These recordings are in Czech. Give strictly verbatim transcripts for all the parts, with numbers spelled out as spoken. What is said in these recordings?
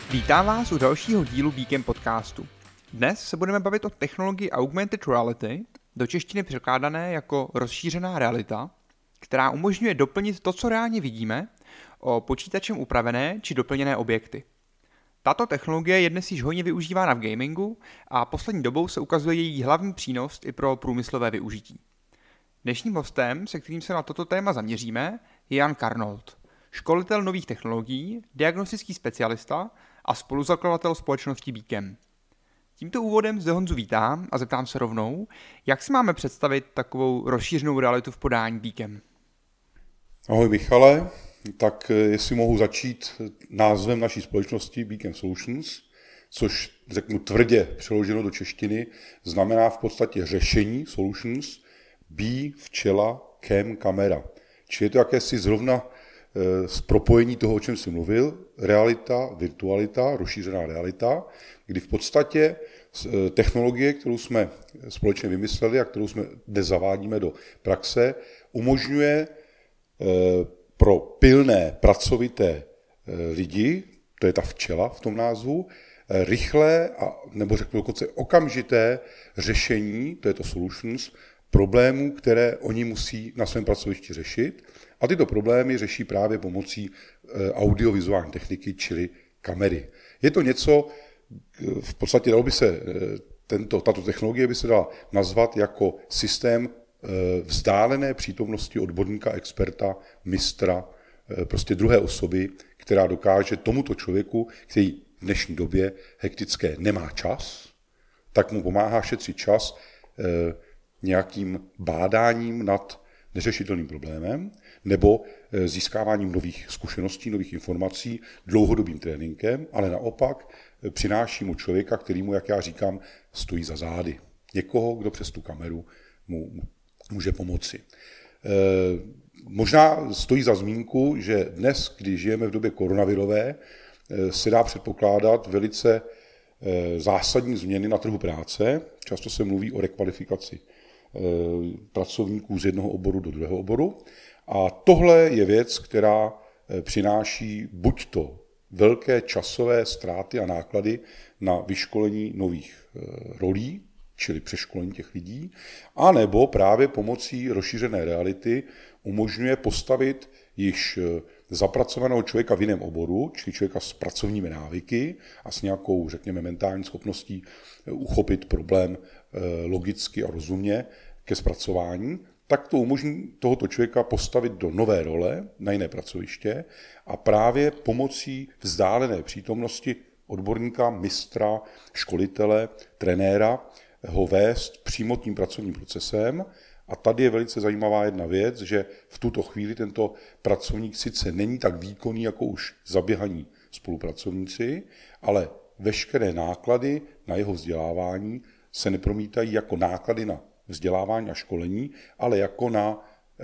Vítám vás u dalšího dílu Beacon podcastu. Dnes se budeme bavit o technologii augmented reality, do češtiny překládané jako rozšířená realita, která umožňuje doplnit to, co reálně vidíme, o počítačem upravené či doplněné objekty. Tato technologie je dnes již hojně využívána v gamingu a poslední dobou se ukazuje její hlavní přínos i pro průmyslové využití. Dnešním hostem, se kterým se na toto téma zaměříme, je Jan Carnold, školitel nových technologií, diagnostický specialista a spoluzakladatel společnosti Beacon. Tímto úvodem zde Honzu vítám a zeptám se rovnou, jak si máme představit takovou rozšířenou realitu v podání Beacon. Ahoj Michale, tak jestli mohu začít názvem naší společnosti Beacon Solutions, což řeknu tvrdě přeloženo do češtiny, znamená v podstatě řešení solutions, B včela, cam kamera. Čili je to jakési zrovna z propojení toho, o čem jsem mluvil, realita, virtualita, rozšířená realita, kdy v podstatě technologie, kterou jsme společně vymysleli a kterou jsme dnes zavádíme do praxe, umožňuje pro pilné, pracovité lidi, to je ta včela v tom názvu, rychlé, a, nebo řeknu dokonce okamžité řešení, to je to solutions, problémů, které oni musí na svém pracovišti řešit. A tyto problémy řeší právě pomocí audiovizuální techniky, čili kamery. Je to něco, v podstatě dalo by se, tento, tato technologie by se dala nazvat jako systém vzdálené přítomnosti odborníka, experta, mistra, prostě druhé osoby, která dokáže tomuto člověku, který v dnešní době hektické nemá čas, tak mu pomáhá šetřit čas nějakým bádáním nad neřešitelným problémem nebo získáváním nových zkušeností, nových informací, dlouhodobým tréninkem, ale naopak přináší mu člověka, který mu, jak já říkám, stojí za zády. Někoho, kdo přes tu kameru mu může pomoci. Možná stojí za zmínku, že dnes, když žijeme v době koronavirové, se dá předpokládat velice zásadní změny na trhu práce. Často se mluví o rekvalifikaci pracovníků z jednoho oboru do druhého oboru. A tohle je věc, která přináší buď to velké časové ztráty a náklady na vyškolení nových rolí, čili přeškolení těch lidí, anebo právě pomocí rozšířené reality umožňuje postavit již zapracovaného člověka v jiném oboru, čili člověka s pracovními návyky a s nějakou, řekněme, mentální schopností uchopit problém logicky a rozumně ke zpracování, tak to umožní tohoto člověka postavit do nové role na jiné pracoviště a právě pomocí vzdálené přítomnosti odborníka, mistra, školitele, trenéra ho vést přímo tím pracovním procesem. A tady je velice zajímavá jedna věc, že v tuto chvíli tento pracovník sice není tak výkonný jako už zaběhaní spolupracovníci, ale veškeré náklady na jeho vzdělávání se nepromítají jako náklady na vzdělávání a školení, ale jako na e,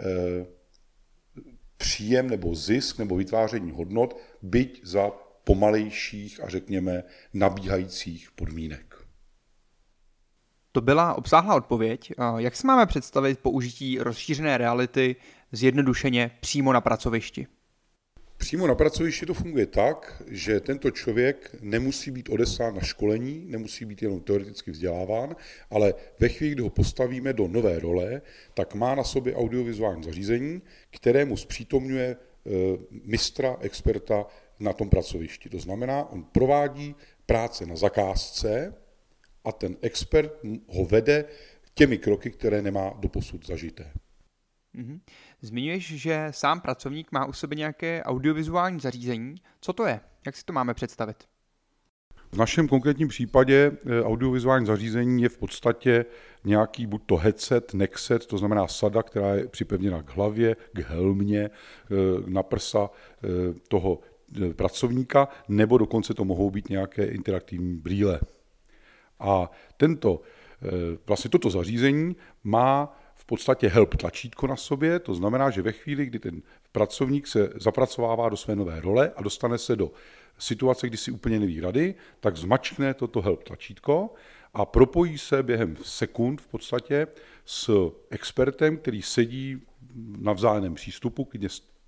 příjem nebo zisk nebo vytváření hodnot, byť za pomalejších a řekněme nabíhajících podmínek. To byla obsáhlá odpověď. Jak si máme představit použití rozšířené reality zjednodušeně přímo na pracovišti? Přímo na pracovišti to funguje tak, že tento člověk nemusí být odeslán na školení, nemusí být jenom teoreticky vzděláván, ale ve chvíli, kdy ho postavíme do nové role, tak má na sobě audiovizuální zařízení, které mu zpřítomňuje mistra, experta na tom pracovišti. To znamená, on provádí práce na zakázce a ten expert ho vede těmi kroky, které nemá doposud zažité. Mm-hmm. Zmiňuješ, že sám pracovník má u sebe nějaké audiovizuální zařízení. Co to je? Jak si to máme představit? V našem konkrétním případě audiovizuální zařízení je v podstatě nějaký buď to headset, neckset, to znamená sada, která je připevněna k hlavě, k helmě, na prsa toho pracovníka, nebo dokonce to mohou být nějaké interaktivní brýle. A tento, vlastně toto zařízení má v podstatě help tlačítko na sobě, to znamená, že ve chvíli, kdy ten pracovník se zapracovává do své nové role a dostane se do situace, kdy si úplně neví rady, tak zmačkne toto help tlačítko a propojí se během sekund v podstatě s expertem, který sedí na vzájemném přístupu, klidně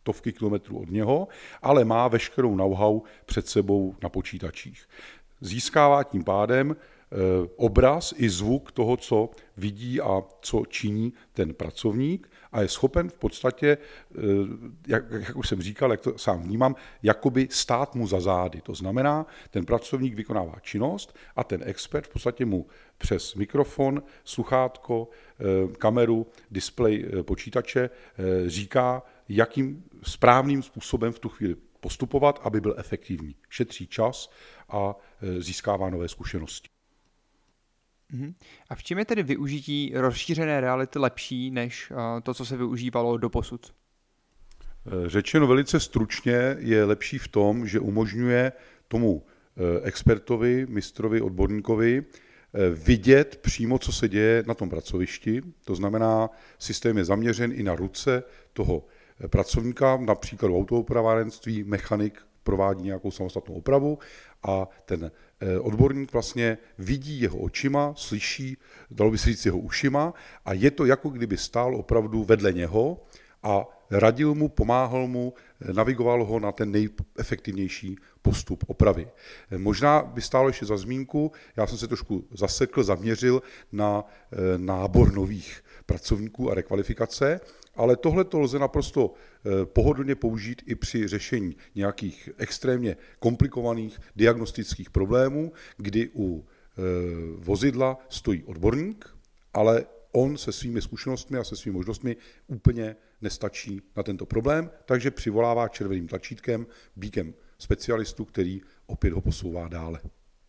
stovky kilometrů od něho, ale má veškerou know-how před sebou na počítačích. Získává tím pádem obraz i zvuk toho, co vidí a co činí ten pracovník a je schopen v podstatě, jak, jak už jsem říkal, jak to sám vnímám, jakoby stát mu za zády. To znamená, ten pracovník vykonává činnost a ten expert v podstatě mu přes mikrofon, sluchátko, kameru, displej počítače říká, jakým správným způsobem v tu chvíli postupovat, aby byl efektivní. Šetří čas a získává nové zkušenosti. A v čem je tedy využití rozšířené reality lepší než to, co se využívalo doposud? Řečeno velice stručně, je lepší v tom, že umožňuje tomu expertovi, mistrovi, odborníkovi vidět přímo, co se děje na tom pracovišti. To znamená, systém je zaměřen i na ruce toho pracovníka, například v autoopravárenství mechanik provádí nějakou samostatnou opravu a ten odborník vlastně vidí jeho očima, slyší, dalo by se říct jeho ušima a je to jako kdyby stál opravdu vedle něho a radil mu, pomáhal mu, navigoval ho na ten nejefektivnější postup opravy. Možná by stálo ještě za zmínku, já jsem se trošku zasekl, zaměřil na nábor nových pracovníků a rekvalifikace, ale tohle to lze naprosto pohodlně použít i při řešení nějakých extrémně komplikovaných diagnostických problémů, kdy u vozidla stojí odborník, ale on se svými zkušenostmi a se svými možnostmi úplně nestačí na tento problém, takže přivolává červeným tlačítkem, bíkem specialistu, který opět ho posouvá dále.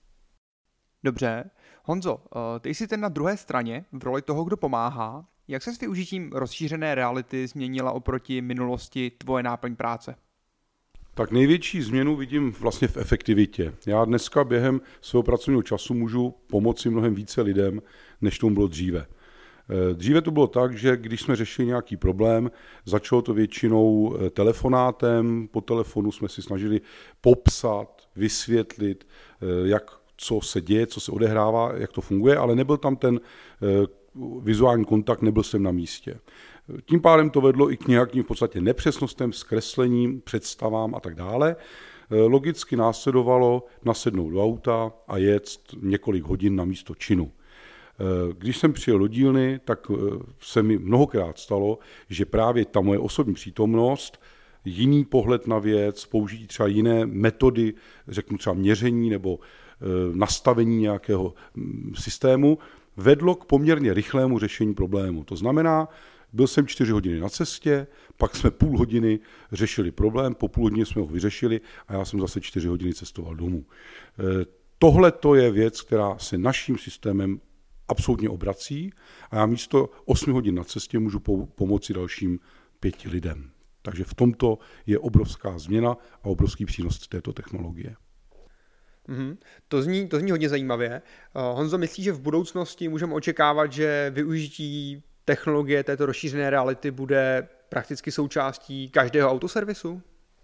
Dobře. Honzo, ty jsi ten na druhé straně v roli toho, kdo pomáhá. Jak se s využitím rozšířené reality změnila oproti minulosti tvoje náplň práce? Tak největší změnu vidím vlastně v efektivitě. Já dneska během svého pracovního času můžu pomoci mnohem více lidem, než tomu bylo dříve. Dříve to bylo tak, že když jsme řešili nějaký problém, začalo to většinou telefonátem, po telefonu jsme si snažili popsat, vysvětlit, jak, co se děje, co se odehrává, jak to funguje, ale nebyl tam ten vizuální kontakt, nebyl jsem na místě. Tím pádem to vedlo i k nějakým v podstatě nepřesnostem, zkreslením, představám a tak dále. Logicky následovalo nasednout do auta a jet několik hodin na místo činu. Když jsem přijel do dílny, tak se mi mnohokrát stalo, že právě ta moje osobní přítomnost, jiný pohled na věc, použití třeba jiné metody, řeknu třeba měření nebo nastavení nějakého systému, vedlo k poměrně rychlému řešení problému. To znamená, byl jsem čtyři hodiny na cestě, pak jsme půl hodiny řešili problém, po půl hodině jsme ho vyřešili a já jsem zase čtyři hodiny cestoval domů. Tohle to je věc, která se naším systémem absolutně obrací a já místo osmi hodin na cestě můžu pomoci dalším pěti lidem. Takže v tomto je obrovská změna a obrovský přínos této technologie. Mm-hmm. To zní, to zní hodně zajímavě. Uh, Honzo, myslíš, že v budoucnosti můžeme očekávat, že využití technologie této rozšířené reality bude prakticky součástí každého autoservisu?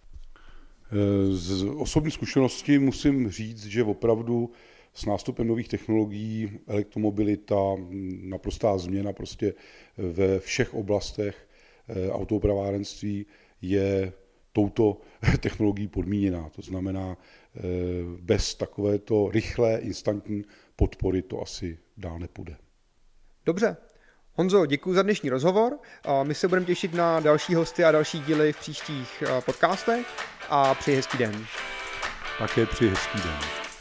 Z osobní zkušenosti musím říct, že opravdu s nástupem nových technologií, elektromobilita, naprostá změna prostě ve všech oblastech autoopravárenství je touto technologií podmíněná. To znamená, bez takovéto rychlé, instantní podpory to asi dál nepůjde. Dobře. Honzo, děkuji za dnešní rozhovor. My se budeme těšit na další hosty a další díly v příštích podcastech a přeji hezký den. Také přeji hezký den.